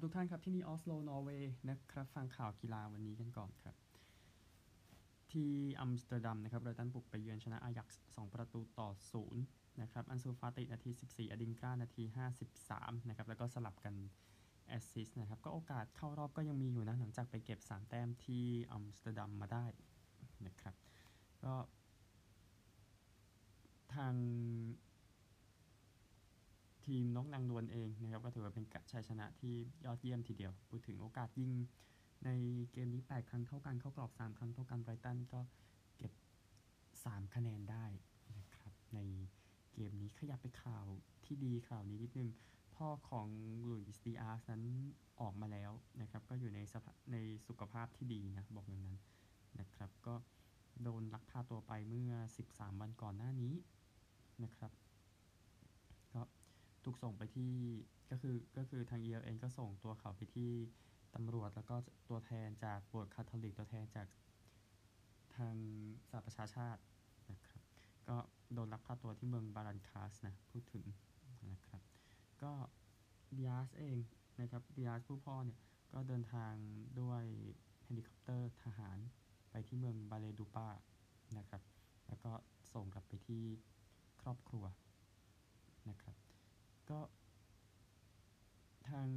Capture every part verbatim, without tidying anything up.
ทุกท่านครับที่นี่ออสโลนอร์เวย์นะครับฟังข่าวกีฬาวันนี้กันก่อนครับที่อัมสเตอร์ดัมนะครับไบรตันบุกไปเยือนชนะอายักซ์สองประตูต่อศูนย์นะครับอันซูฟาตินาทีสิบสี่อดินกานาทีห้าสิบสามนะครับแล้วก็สลับกันแอสซิสต์นะครับก็โอกาสเข้ารอบก็ยังมีอยู่นะหลังจากไปเก็บสามแต้มที่อัมสเตอร์ดัมมาได้นะครับก็ทางทีมนกนางนวลเองนะครับก็ถือว่าเป็นชัยชนะที่ยอดเยี่ยมทีเดียวพูดถึงโอกาสยิงในเกมนี้แปดครั้งเท่ากันเข้ากรอบสามครั้งเท่ากันไบรตันก็เก็บสามคะแนนได้นะครับในเกมนี้ขยับไปข่าวที่ดีข่าวนี้นิดนึงพ่อของลุยส์ดิอาสนั้นออกมาแล้วนะครับก็อยู่ในสภาในสุขภาพที่ดีนะบอกอย่างนั้นนะครับก็โดนลักพาตัวไปเมื่อสิบสามวันก่อนหน้านี้นะครับก็ถูกส่งไปที่ก็คือก็คือทาง อี แอล เอ็น ก็ส่งตัวเขาไปที่ตำรวจแล้วก็ตัวแทนจากโบสถ์คาทอลิกตัวแทนจากทางสหประชาชาตินะครับก็โดนลักพาตัวที่เมืองบารันคาสนะพูดถึงนะครับก็ดิอาสเองนะครับดิอาสผู้พ่อเนี่ยก็เดินทางด้วยเฮลิคอปเตอร์ทหารไปที่เมืองบาเลดูปานะครับแล้วก็ส่งกลับไปที่ครอบครัวนะครับก็ทาง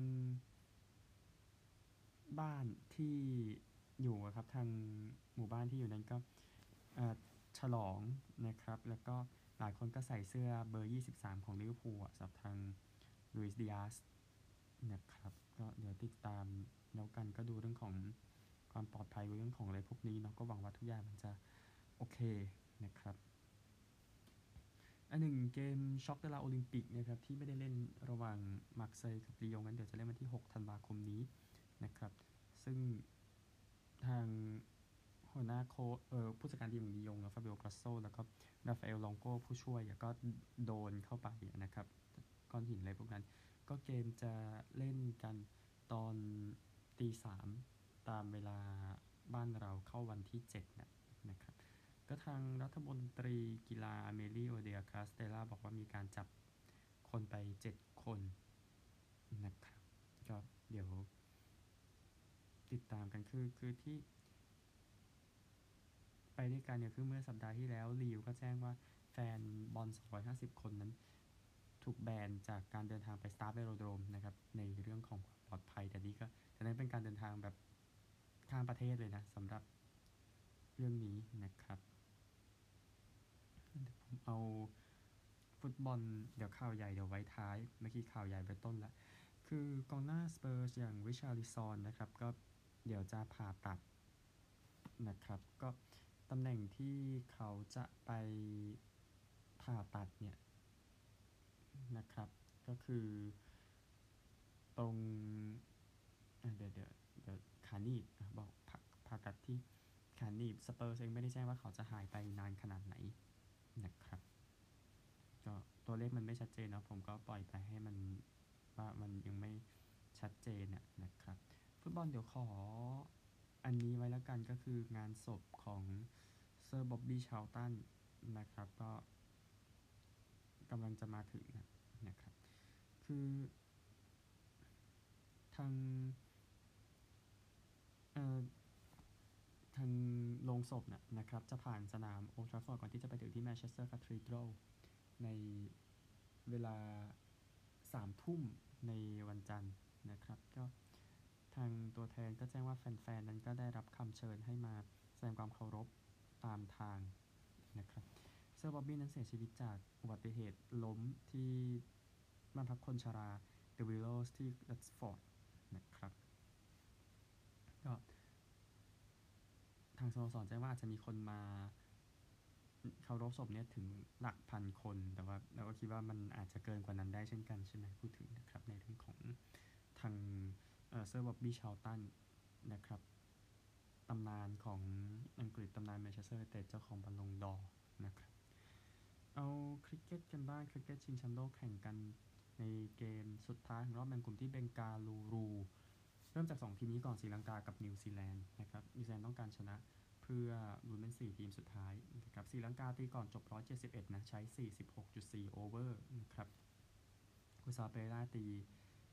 บ้านที่อยู่ครับทางหมู่บ้านที่อยู่นั้นก็ฉลองนะครับแล้วก็หลายคนก็ใส่เสื้อเบอร์ยี่สิบสามของลิเวอร์พูลสำหรับทางลุยส์ดิอาสนะครับก็เดี๋ยวติดตามแล้วกันก็ดูเรื่องของความปลอดภัยเรื่องของอะไรพวกนี้เนาะก็หวังว่าทุกอย่างมันจะโอเคนะครับอันหนึ่งเกมช็อกเดลาโอลิมปิกนะครับที่ไม่ได้เล่นระหว่างมาร์เซย์กับลียงนั้นเดี๋ยวจะเล่นวันที่หกธันวาคมนี้นะครับซึ่งทางหัวหน้าโค้ชเอ่อผู้จัดการทีมของลียงฟาบิโอกราโซแล้วก็ราฟาเอลลองโกผู้ช่วยก็โดนเข้าไปนะครับก้อนหินอะไรพวกนั้นก็เกมจะเล่นกันตอนตีสามตามเวลาบ้านเราเข้าวันที่เจ็ดนะนะครับก็ทางรัฐมนตรีกีฬาเมลิโอเดียคาสเตล่าบอกว่ามีการจับคนไปเจ็ดคนนะครับก็เดี๋ยวติดตามกันคือคือที่ไปด้วยกันเนี่ยคือเมื่อสัปดาห์ที่แล้วลีวก็แจ้งว่าแฟนบอลสองร้อยห้าสิบคนนั้นถูกแบนจากการเดินทางไปสตาร์เวโรโดรมนะครับในเรื่องของความปลอดภัยแต่นี้ก็แต่นั้นเป็นการเดินทางแบบข้ามประเทศเลยนะสำหรับเรื่องนี้นะครับผมเอาฟุตบอลเดี๋ยวข่าวใหญ่เดี๋ยวไว้ท้ายเมื่อกี้ข่าวใหญ่ไปต้นละคือกองหน้าสเปอร์สอย่างริชาร์ลิซอนนะครับก็เดี๋ยวจะผ่าตัดนะครับก็ตำแหน่งที่เขาจะไปผ่าตัดเนี่ยนะครับก็คือตรงเดี๋ยวเดี๋ยวเดี๋ยวขาหนีบบอกผ่าตัดที่ขาหนีบสเปอร์เองไม่ได้แจ้งว่าเขาจะหายไปนานขนาดไหนนะครับก็ตัวเลขมันไม่ชัดเจนนะผมก็ปล่อยไปให้มันว่ามันยังไม่ชัดเจนนะครับฟุตบอลเดี๋ยวขออันนี้ไว้แล้วกันก็คืองานศพของเซอร์บ๊อบบี้ชาลตันนะครับก็กำลังจะมาถึงนะครับคือทางทางโรงศพนะครับจะผ่านสนามโอลด์แทราฟฟอร์ดก่อนที่จะไปถึงที่แมนเชสเตอร์คาทรีดัลในเวลาสามทุ่มในวันจันทร์นะครับก็ทางตัวแทนก็แจ้งว่าแฟนๆนั้นก็ได้รับคำเชิญให้มาแสดงความเคารพตามทางนะครับเซอร์บ๊อบบี้นั้นเสียชีวิตจากอุบัติเหตุล้มที่บ้านพักคนชราเดอะวิลโลส์ที่แรดฟอร์ดนะครับก็ทางสโมสรแจ้งว่าอาจจะมีคนมาเคารพศพเนี่ยถึงหลักพันคนแต่ว่าเราก็คิดว่ามันอาจจะเกินกว่านั้นได้เช่นกันใช่ไหมพูดถึงนะครับในเรื่องของทางเซอร์บ๊อบบี้ชาลตันนะครับตำนานของอังกฤษตำนานแมนเชสเตอร์ยูไนเต็ดเจ้าของบอลลงดอร์นะครับเอาคริกเก็ตกันบ้างคริกเก็ตชิงแชมป์โลกแข่งกันในเกมสุดท้ายของรอบแบ่งกลุ่มที่เบงกาลูรูเริ่มจากสองทีมนี้ก่อนศรีลังกากับนิวซีแลนด์นะครับนิวซีแลนด์ต้องการชนะเพื่อลุ้นเป็นสี่ทีมสุดท้ายนะครับศรีลังกาตีก่อนจบหนึ่งร้อยเจ็ดสิบเอ็ดนะใช้ สี่สิบหกจุดสี่ โอเวอร์นะครับกุซาเปร่าตี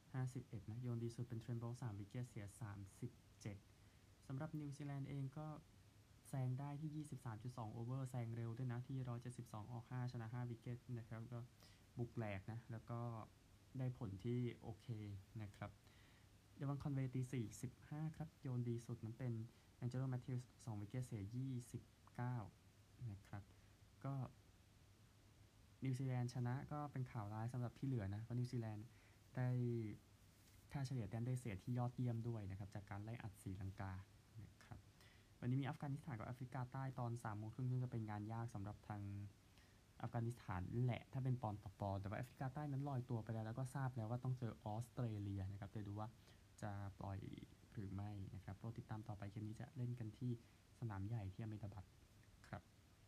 ห้าสิบเอ็ดนะโยนดีสุดเป็นเทรนโบลสามวิกเก็ตเสียสามสิบเจ็ดสำหรับนิวซีแลนด์เองก็แซงได้ที่ ยี่สิบสามจุดสอง โอเวอร์แซงเร็วด้วยนะที่ หนึ่งร้อยเจ็ดสิบสอง ออก ห้า ชนะ ห้า วิกเก็ตนะครับก็บุกแหลกนะแล้วก็ได้ผลที่โอเคนะครับเดวันคอนเวย์ตีสี่สิบห้าครับโยนดีสุดนั้นเป็นแองเจโลแมทธิวส์สองวิกเก็ตเสียยี่สิบเก้านะครับก็นิวซีแลนด์ชนะก็เป็นข่าวร้ายสำหรับที่เหลือนะเพราะนิวซีแลนด์ได้ค่าเฉลี่ยแต้มได้เสียที่ยอดเยี่ยมด้วยนะครับจากการไล่อัดศรีลังกานะครับวันนี้มีอัฟกานิสถานกับแอฟริกาใต้ตอนสามโมงครึ่งซึ่งจะเป็นงานยากสำหรับทางอัฟกานิสถานแหละถ้าเป็นปอนต่อปอนแต่ว่าแอฟริกาใต้นั้นลอยตัวไปแล้วแล้วก็ทราบแล้วว่าต้องเจอออสเตรเลียนะครับเดี๋ยวดูว่าจะปล่อยหรือไม่นะครับโปรดติดตามต่อไปเกมนี้จะเล่นกันที่สนามใหญ่ที่อเมดาบัดครับ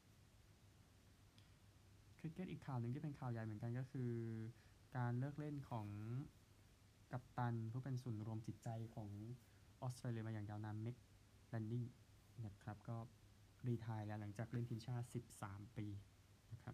คริกเก็ตอีกข่าวหนึ่งที่เป็นข่าวใหญ่เหมือนกันก็คือการเลิกเล่นของกัปตันผู้เป็นศูนย์รวมจิตใจของออสเตรเลียมาอย่างยาวนานเมกแลนนิงนะครับก็รีไทร์แล้วหลังจากเล่นทีมชาติสิบสามปีนะครับ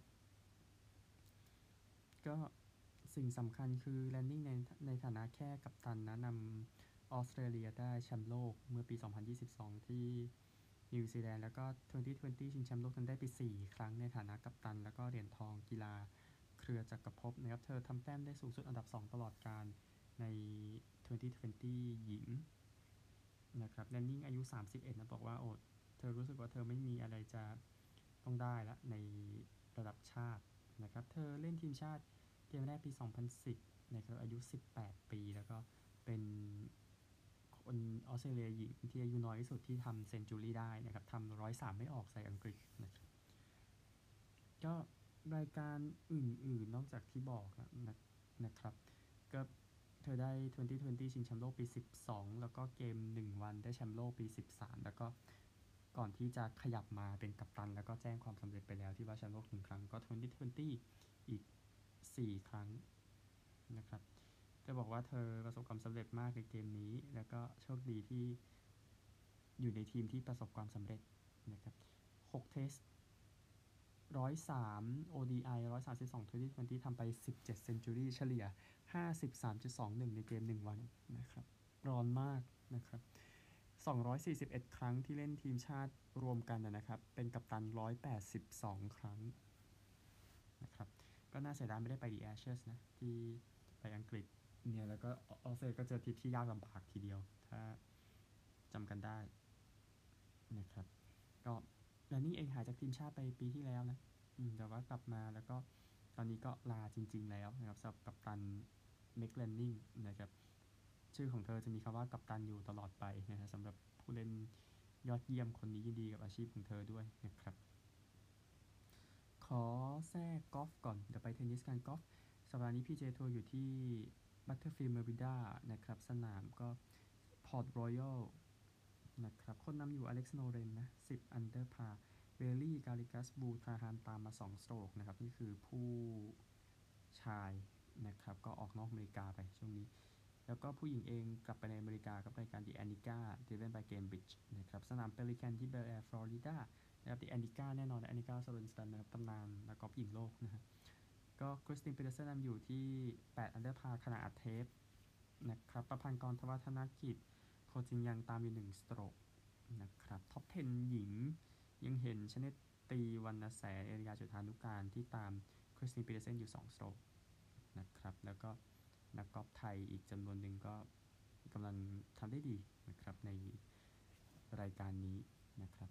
ก็สิ่งสำคัญคือแลนนิงในในฐานะแค่กัปตันนะนำออสเตรเลียได้แชมป์โลกเมื่อปีสองพันยี่สิบสองที่นิวซีแลนด์แล้วก็สองพันยี่สิบชิงแชมป์โลกนั้นได้ไปสี่ครั้งในฐานะกัปตันแล้วก็เหรียญทองกีฬาเครือจักรภพนะครับเธอทำแต้มได้สูงสุดอันดับสองตลอดการในสองพันยี่สิบหญิงนะครับแลนนิงอายุสามสิบเอ็ดนะบอกว่าโอ้เธอรู้สึกว่าเธอไม่มีอะไรจะต้องได้ละในระดับชาตินะครับเธอเล่นทีมชาติเกมแรกปีสองพันสิบนะครับอายุสิบแปดปีแล้วก็เป็นคนออสเตรเลียหญิงที่อายุน้อยที่สุดที่ทำเซนจูรี่ได้นะครับทำหนึ่งร้อยสามไม่ออกใส่อังกฤษนะครับก็รายการอื่นๆนอกจากที่บอกนะนะครับก็เธอได้สองพันยี่สิบชิงแชมป์โลกปีสิบสองแล้วก็เกมหนึ่งวันได้แชมป์โลกปีสิบสามแล้วก็ก่อนที่จะขยับมาเป็นกัปตันแล้วก็แจ้งความสำเร็จไปแล้วที่ว่าแชมป์โลกหนึ่งครั้งก็สองพันยี่สิบอีกสี่ครั้งนะครับจะบอกว่าเธอประสบความสำเร็จมากในเกมนี้แล้วก็โชคดีที่อยู่ในทีมที่ประสบความสำเร็จนะครับหกเทสหนึ่งร้อยสาม โอ ดี ไอ หนึ่งร้อยสามสิบสอง ทเวนตี้ ทเวนตี้ ทำไปสิบเจ็ดเซนจูรี่เฉลี่ย ห้าสิบสามจุดสองหนึ่ง ในเกมหนึ่งวันนะครับร้อนมากนะครับสองร้อยสี่สิบเอ็ดครั้งที่เล่นทีมชาติรวมกันนะครับเป็นกัปตันหนึ่งร้อยแปดสิบสองครั้งนะครับก็น่าเสียดายไม่ได้ไปดีแอชเชสนะที่ไปอังกฤษเนี่ยแล้วก็ออสเตรเลียก็เจอทีมที่ยากลำบากทีเดียวถ้าจำกันได้นะครับก็แล้วนี่เองหายจากทีมชาติไปปีที่แล้วนะแต่ว่ากลับมาแล้วก็ตอนนี้ก็ลาจริงๆแล้วนะครับสำหรับกัปตันเมกแลนนิงนะครับชื่อของเธอจะมีคำว่ากัปตันอยู่ตลอดไปนะฮะสำหรับผู้เล่นยอดเยี่ยมคนนี้ยินดีกับอาชีพของเธอด้วยนะครับขอแทรกกอล์ฟก่อนเดี๋ยวไปเทนนิสกันกอล์ฟสัปดาห์นี้พีเจทัวร์อยู่ที่บัตเทอร์ฟิลด์เมอริด้านะครับสนามก็พอร์ตรอยัลนะครับคนนำอยู่อเล็กซ์โนเรนนะสิบอันเดอร์พาเวลลี่กาลิกัสบูทราฮานตามมาสองสโตรกนะครับนี่คือผู้ชายนะครับก็ออกนอกอเมริกาไปช่วงนี้แล้วก็ผู้หญิงเองกลับไปในอเมริกากับรายการ The Annika Driven by Cambridge นะครับสนามเปลิแคนที่เบลแอร์ฟลอริดานะครับ The Annika แน่นอน The Annika Sorenstam นะครับตำนานนักกอล์ฟหญิงโลกนะฮะก็คริสตินปีเตอร์สันนำอยู่ที่แปดอันเดอร์พาขณะอัดเทปนะครับประพันธ์กรทวัฒนกิจโคจิงยังตามอยู่หนึ่งสโตรกนะครับท็อปสิบหญิงยังเห็นชเนตตีวรรณแสนเอริยาจุฑานุการที่ตามคริสตินปีเตอร์สันอยู่สองสโตรกนะครับแล้วก็นักกอล์ฟไทยอีกจำนวนหนึ่งก็กำลังทำได้ดีนะครับในรายการนี้นะครับ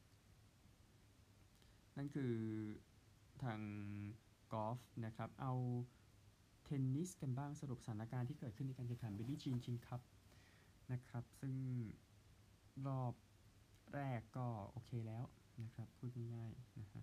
นั่นคือทางกอล์ฟนะครับเอาเทนนิสกันบ้างสรุปสถานการณ์ที่เกิดขึ้นในการแข่งขันบิลลี่จีนชิงคัพนะครับซึ่งรอบแรกก็โอเคแล้วนะครับพูดง่ายๆนะฮะ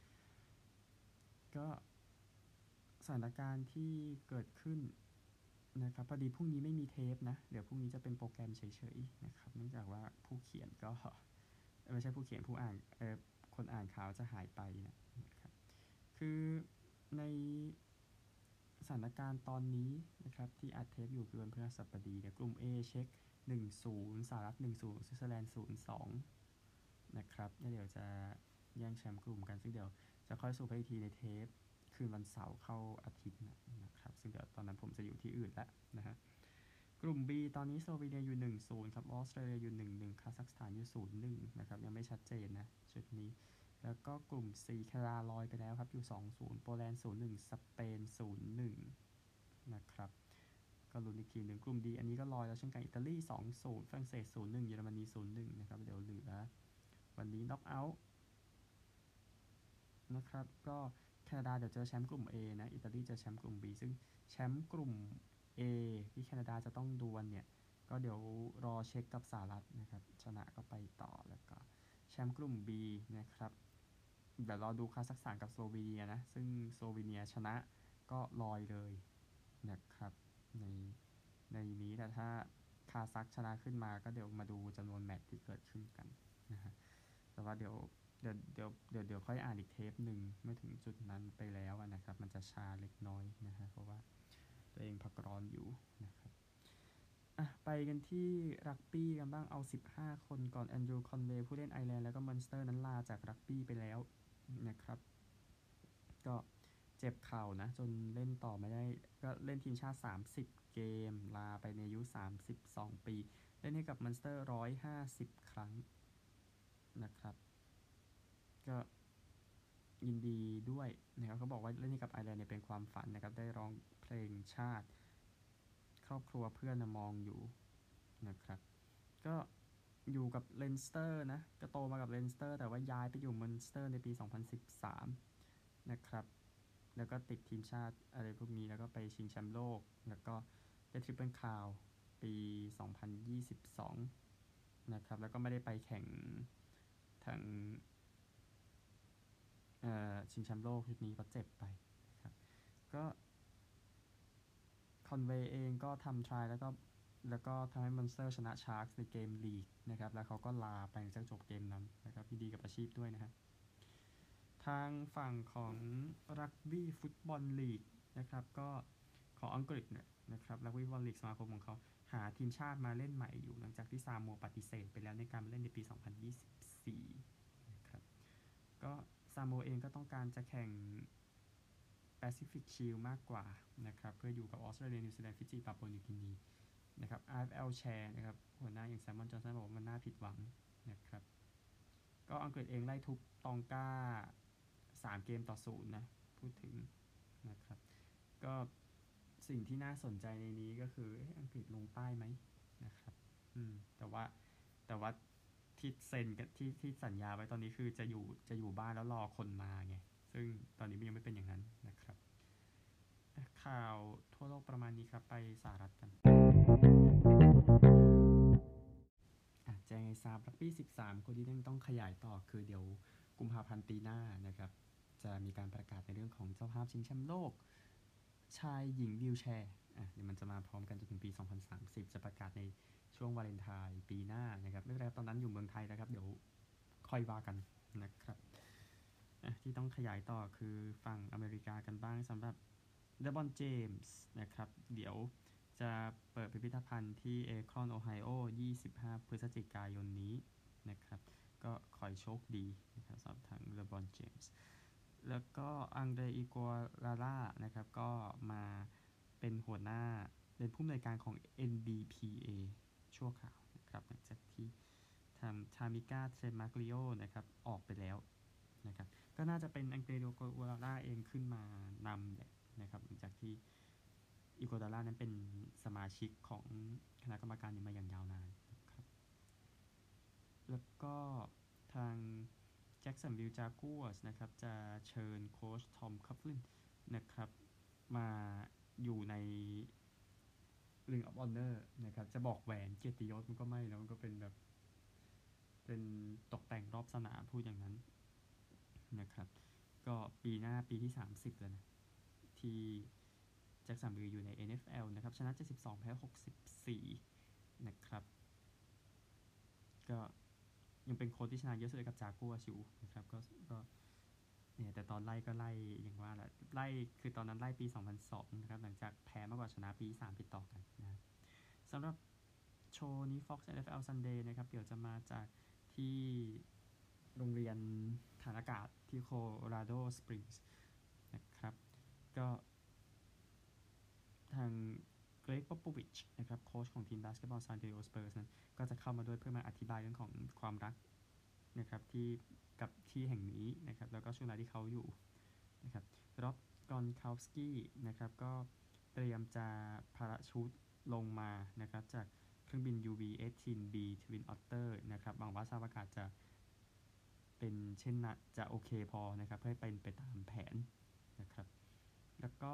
ก็สถานการณ์ที่เกิดขึ้นนะครับพอดีพรุ่งนี้ไม่มีเทปนะเดี๋ยวพรุ่งนี้จะเป็นโปรแกรมเฉยๆนะครับเนื่องจากว่าผู้เขียนก็ไม่ใช่ผู้เขียนผู้อ่านเออคนอ่านข่าวจะหายไปนะครับคือในสถานการณ์ตอนนี้นะครับที่อัดเทปอยู่คือวันพฤหัสบดีเนี่ยกลุ่ม A เช็คหนึ่งศูนย์สหรัฐหนึ่งศูนย์สวิตเซอร์แลนด์ศูนย์สองนะครับแล้วเดี๋ยวจะแย่งแชมป์กลุ่มกันซึ่งเดี๋ยวจะค่อยสรุปให้อีกทีในเทปคืนวันเสาร์เข้าอาทิตย์นะครับซึ่งเดี๋ยวตอนนั้นผมจะอยู่ที่อื่นแล้วนะฮะกลุ่ม B ตอนนี้สโลวีเนียอยู่ หนึ่งศูนย์ ครับออสเตรเลียอยู่ หนึ่งหนึ่ง คาซัคสถานอยู่ ศูนย์หนึ่ง นะครับยังไม่ชัดเจนนะชุดนี้แล้วก็กลุ่ม C แคนาดาลอยไปแล้วครับอยู่ สองศูนย์ โปแลนด์ ศูนย์หนึ่ง สเปน ศูนย์หนึ่ง นะครับก็ลุ้นอีกทีหนึ่งกลุ่ม D อันนี้ก็ลอยแล้วเช่นกันอิตาลี สองศูนย์ ฝรั่งเศส ศูนย์หนึ่ง เยอรมนี ศูนย์หนึ่ง นะครับเดี๋ยวเหลือวันนี้น็อกเอาท์นะครับก็แคนาดาเดี๋ยวเจอแชมป์กลุ่ม A นะอิตาลีเจอแชมป์กลุ่ม B ซึ่งแชมป์กลุ่ม A ที่แคนาดาจะต้องดวลเนี่ยก็เดี๋ยวรอเช็คกับสหรัฐนะครับชนะก็ไปต่อแล้วก็แชมป์กลุ่ม B นะครับเดี๋ยวรอดูคาซัคสถานกับสโลวีเนียนะซึ่งสโลวีเนียชนะก็ลอยเลยนะครับในในนี้แต่ถ้าคาซัคชนะขึ้นมาก็เดี๋ยวมาดูจำนวนแมตช์ที่เกิดขึ้นกันนะฮะแต่ว่าเดี๋ยวเดี๋ยวเดี๋ยวเดี๋ยวเดี๋ยวค่อยอ่านอีกเทปหนึ่งเมื่อถึงจุดนั้นไปแล้วนะครับมันจะช้าเล็กน้อยนะฮะเพราะว่าตัวเองพักร้อนอยู่นะครับอ่ะไปกันที่รักบี้กันบ้างเอาสิบห้าคนก่อนแอนดรูว์คอนเวย์ผู้เล่นไอร์แลนด์แล้วก็มอนสเตอร์นั้นลาจากรักบี้ไปแล้วนะครับก็เจ็บเข่านะจนเล่นต่อไม่ได้ก็เล่นทีมชาติสามสิบเกมลาไปในอายุสามสิบสองปีเล่นให้กับมอนสเตอร์หนึ่งร้อยห้าสิบครั้งนะครับก็ยินดีด้วยนะครับเขาบอกว่าเล่นให้กับไอร์แลนด์เนี่ยเป็นความฝันนะครับได้ร้องเพลงชาติครอบครัวเพื่อนมองอยู่นะครับก็อยู่กับเลนสเตอร์นะก็โตมากับเลนสเตอร์แต่ว่าย้ายไปอยู่มอนสเตอร์ในปีสองพันสิบสามนะครับแล้วก็ติดทีมชาติอะไรพวกนี้แล้วก็ไปชิงแชมป์โลกแล้วก็ได้ทริปเปิลคราวน์ปีสองพันยี่สิบสองนะครับแล้วก็ไม่ได้ไปแข่งทางชิงแชมป์โลกชุดนี้ก็เจ็บไปครับก็คอนเวย์เองก็ทำทรายแล้วก็แล้วก็ทำให้มอนสเตอร์ชนะชาร์กในเกมลีกนะครับแล้วเขาก็ลาไปหลังจากจบเกมนั้นนะครับยินดีกับอาชีพด้วยนะฮะทางฝั่งของรักบี้ฟุตบอลลีกนะครับก็ของอังกฤษเนี่ยนะครับรักบี้ฟุตบอลลีกสมาคมของเขาหาทีมชาติมาเล่นใหม่อยู่หลังจากที่ซามัวปฏิเสธไปแล้วในการมาเล่นในปีสองพันยี่สิบสี่นะครับก็ซามัวเองก็ต้องการจะแข่งแปซิฟิกชิลมากกว่านะครับเพื่ออยู่กับออสเตรเลียนิวซีแลนด์ฟิจิปาปัวนิวกินีนะครับ อาร์ เอฟ แอล แชร์นะครับหัวหน้าอย่างแซมมอนจอห์นสันบอกว่ามันน่าผิดหวังนะครับก็อังกฤษเองไล่ทุบตองกาสามเกมต่อศูนย์นะพูดถึงนะครับก็สิ่งที่น่าสนใจในนี้ก็คืออังกฤษลงใต้ไหมนะครับอืมแต่ว่าแต่ว่าที่เซ็นกับที่ที่สัญญาไว้ตอนนี้คือจะอยู่จะอยู่บ้านแล้วรอคนมาไงซึ่งตอนนี้มันยังไม่เป็นอย่างนั้นนะครับข่าวทั่วโลกประมาณนี้ครับไปสหรัฐกันแจ้งให้ทราบรักบี้สิบสามคนที่ต้องขยายต่อคือเดี๋ยวกุมภาพันธ์ปีหน้านะครับจะมีการประกาศในเรื่องของเจ้าภาพชิงแชมป์โลกชายหญิงวีลแชร์อ่ะเดี๋ยวมันจะมาพร้อมกันจนถึงปีสองพันสามสิบจะประกาศในช่วงวาเลนไทน์ปีหน้านะครับไม่เป็นไรตอนนั้นอยู่เมืองไทยนะครับเดี๋ยวค่อยว่ากันนะครับที่ต้องขยายต่อคือฝั่งอเมริกากันบ้างสำหรับเลบรอนเจมส์นะครับเดี๋ยวจะเปิดพิพิธภัณฑ์ที่เอคอนโอไฮโอยี่สิบห้าพฤศจิกายนนี้นะครับก็ขอให้โชคดีนะครับสำหรับทางเลบรอนเจมส์แล้วก็อังเดรอิกัวลาล่านะครับก็มาเป็นหัวหน้าเป็นผู้อำนวยการของ เอ็น บี พี เอ ชั่วคราวนะครับหลังจากที่ทำทามิก้าเทรมาร์กลิโอนะครับออกไปแล้วนะครับก็น่าจะเป็นอังเดรอิกัวลาล่าเองขึ้นมานำแหละนะครับหลังจากที่อิกัวลาล่านั้นเป็นสมาชิกของคณะกรรมการนี้มาอย่างยาวนานนะครับแล้วก็ทางแจ็คสันวิลจากัวร์สนะครับจะเชิญโค้ชทอมคัฟลินนะครับมาอยู่ใน Ring of Honor นะครับจะบอกแหวนเกียรติยศมันก็ไม่นะมันก็เป็นแบบเป็นตกแต่งรอบสนามพูดอย่างนั้นนะครับก็ปีหน้าปีที่สามสิบแล้วนะที่แจ็คสันวิลอยู่ใน เอ็น เอฟ แอล นะครับชนะเจ็ดสิบสองแพ้หกสิบสี่นะครับก็ยังเป็นโค้ชที่ชนะเยอะสุดกับจากัวร์อยู่นะครับก็ก็เนี่ยแต่ตอนไล่ก็ไล่อย่างว่าแหละไล่คือตอนนั้นไล่ปีสองพันสองนะครับหลังจากแพ้มากกว่าชนะปีสามติดต่อกันนะสำหรับโชว์นี้ Fox เอ เอฟ แอล Sunday นะครับเดี๋ยวจะมาจากที่โรงเรียนฐานอากาศที่โคโลราโดสปริงส์นะครับก็ทางเกรก ป๊อปโปวิชนะครับโค้ชของทีมบาสเกตบอลซานดิเอโกสเปอร์สนั้นก็จะเข้ามาด้วยเพื่อมาอธิบายเรื่องของความรักนะครับที่กับที่แห่งนี้นะครับแล้วก็ช่วงเวลาที่เขาอยู่นะครับร็อบ กอนคาวสกี้นะครับก็เตรียมจะพาราชูตลงมานะครับจากเครื่องบิน ยู วี สิบแปด บี Twin Otter นะครับหวังว่าสภาพอากาศจะเป็นเช่นนั้นจะโอเคพอนะครับเพื่อให้เป็นไปตามแผนนะครับแล้วก็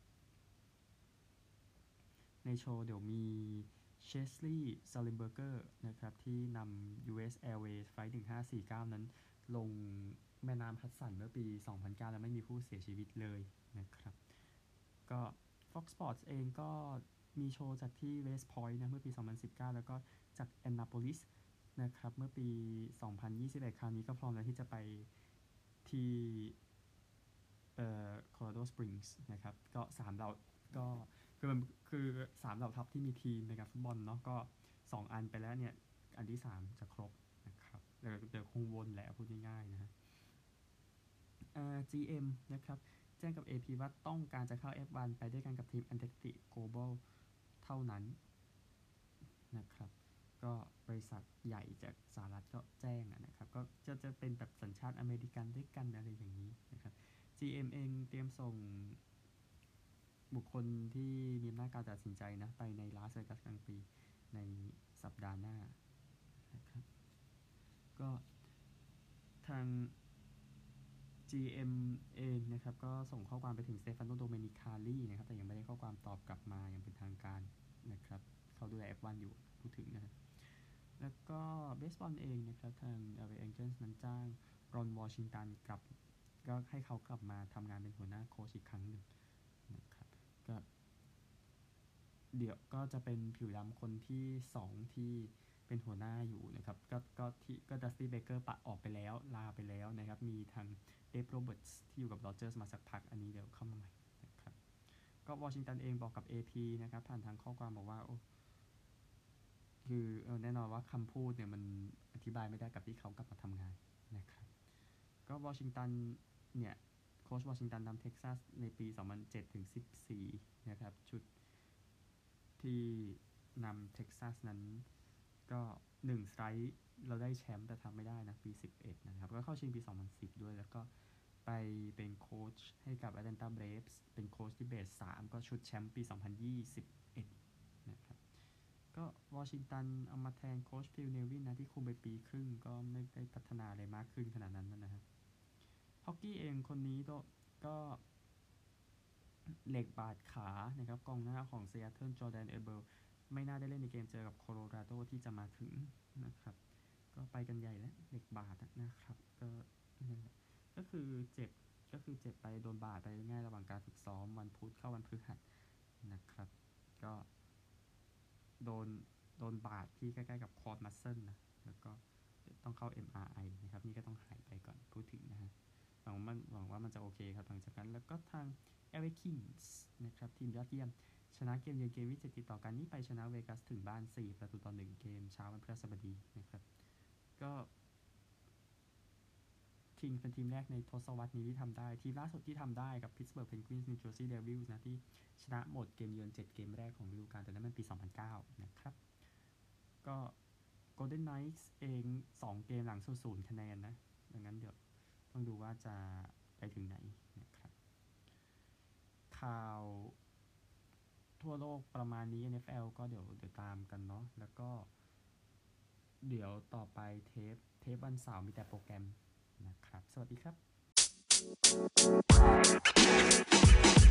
ในโชว์เดี๋ยวมีเชสลีย์ซาลิมเบอร์เกอร์นะครับที่นำ ยู เอส Airways Flight หนึ่งห้าสี่เก้านั้นลงแม่น้ำฮัดสันเมื่อปี สองพันเก้า แล้วไม่มีผู้เสียชีวิตเลยนะครับก็ Fox Sports เองก็มีโชว์จากที่ West Point นะเมื่อปี สองพันสิบเก้า แล้วก็จาก Annapolis นะครับเมื่อปี สองพันยี่สิบเอ็ด คราวนี้ก็พร้อมแล้วที่จะไปที่เอ่อ Colorado Springs นะครับก็สามเราก็คือมันคือสามเหล่าทัพที่มีทีมในการฟุตบอลเนาะก็สองอันไปแล้วเนี่ยอันที่สามจะครบนะครับเดี๋ยวเดี๋ยวคงวนแหละพูดง่ายๆนะฮะเอ่อ จี เอ็ม นะครับแจ้งกับ เอ พี ว่าต้องการจะเข้า เอฟ วัน ไปด้วยกันกับทีม Antarctic Global เท่านั้นนะครับก็บริษัทใหญ่จากสหรัฐก็แจ้งนะครับก็จะจะเป็นแบบสัญชาติอเมริกันด้วยกันอะไรอย่างนี้นะครับ จี เอ็ม เองเตรียมส่งบุคคลที่มีอำนาจการตัดสินใจนะไปในลาสเวกัสกลางปีในสัปดาห์หน้านะครับก็ทาง จี เอ็ม เองนะครับก็ส่งข้อความไปถึงสเตฟานโน โดเมนิคาลีนะครับแต่ยังไม่ได้ข้อความตอบกลับมาอย่างเป็นทางการนะครับเขาดูแล เอฟ วัน อยู่พูดถึงนะครับแล้วก็เบสบอลเองนะครับทาง แอล เอ Angels นั้นจ้างรอนวอชิงตันกลับก็ให้เขากลับมาทำงานเป็นหัวหน้าโค้ชอีกครั้งหนึ่งนะครับก็เดี๋ยวก็จะเป็นผิวดำคนที่สองที่เป็นหัวหน้าอยู่นะครับก็ก็ที่ก็ดัสตี้เบเกอร์ปะออกไปแล้วลาไปแล้วนะครับมีทางเดฟโรเบิร์ตส์ที่อยู่กับโรเจอร์สมาสักพักอันนี้เดี๋ยวเข้ามาใหม่นะครับก็วอชิงตันเองบอกกับ เอ พี นะครับผ่านทางข้อความบอกว่าโอ้คือเออแน่นอนว่าคำพูดเนี่ยมันอธิบายไม่ได้กับที่เขากลับมาทำงานนะครับก็วอชิงตันเนี่ยโค้ชวอชิงตันนำเท็กซัสในปี สองพันเจ็ดถึงสิบสี่ นะครับชุดที่นำเท็กซัสนั้นก็หนึ่งไซส์เราได้แชมป์แต่ทำไม่ได้นะปีสิบเอ็ดนะครับก็เข้าชิงปีสองพันสิบด้วยแล้วก็ไปเป็นโค้ชให้กับ Atlanta Braves เป็นโค้ชที่เบสสามก็ชุดแชมป์ปีสองพันยี่สิบเอ็ดนะครับก็วอชิงตันเอามาแทนโค้ชฟิลเนวินนะที่คุมไปปีครึ่งก็ไม่ได้พัฒนาอะไรมากขึ้นขนาดนั้นนะฮะฮอกกี้เองคนนี้ก็ก็เหล็กบาดขานะครับกองหน้าของซีแอตเทิลจอร์แดนเอเบิลไม่น่าได้เล่นในเกมเจอกับโคโลราโดที่จะมาถึงนะครับก็ไปกันใหญ่แล้วเหล็กบาดนะครับก็นั่นแหละก็คือเจ็บก็คือเจ็บไปโดนบาดไปง่ายระหว่างการฝึกซ้อมวันพุธเข้าวันพฤหัสนะครับก็โดนโดนบาดที่ใกล้ๆกับคอร์ดมัสเซิลนะแล้วก็ต้องเข้า เอ็ม อาร์ ไอ นะครับนี่ก็ต้องหายไปก่อนพูดถึงนะฮะหวังว่ามันหวังว่ามันจะโอเคครับหลังจากนั้นแล้วก็ทาง แอล เอ Kings นะครับทีมยอดเยี่ยมชนะเกมเยือนเกมที่เจ็ดติดต่อกันนี่ไปชนะเวกัสถึงบ้านสี่ประตูต่อหนึ่งเกมเช้าวันพฤหัสบดีนะครับก็คิงเป็นทีมแรกในทศวรรษนี้ที่ทำได้ทีมล่าสุดที่ทำได้กับ Pittsburgh Penguins New Jersey Devils นะที่ชนะหมดเกมเยือนเจ็ดเกมแรกของฤดูกาลแต่นั้นมันปีสองพันเก้านะครับก็ Golden Knights เองสองเกมหลังศูนย์คะแนนนะดังนั้นเดี๋ยวต้องดูว่าจะไปถึงไหนนะครับข่าวทั่วโลกประมาณนี้ เอ็น เอฟ แอล ก็เดี๋ยวเดี๋ยวตามกันเนาะแล้วก็เดี๋ยวต่อไปเทปเทปวันเสาร์มีแต่โปรแกรมนะครับสวัสดีครับ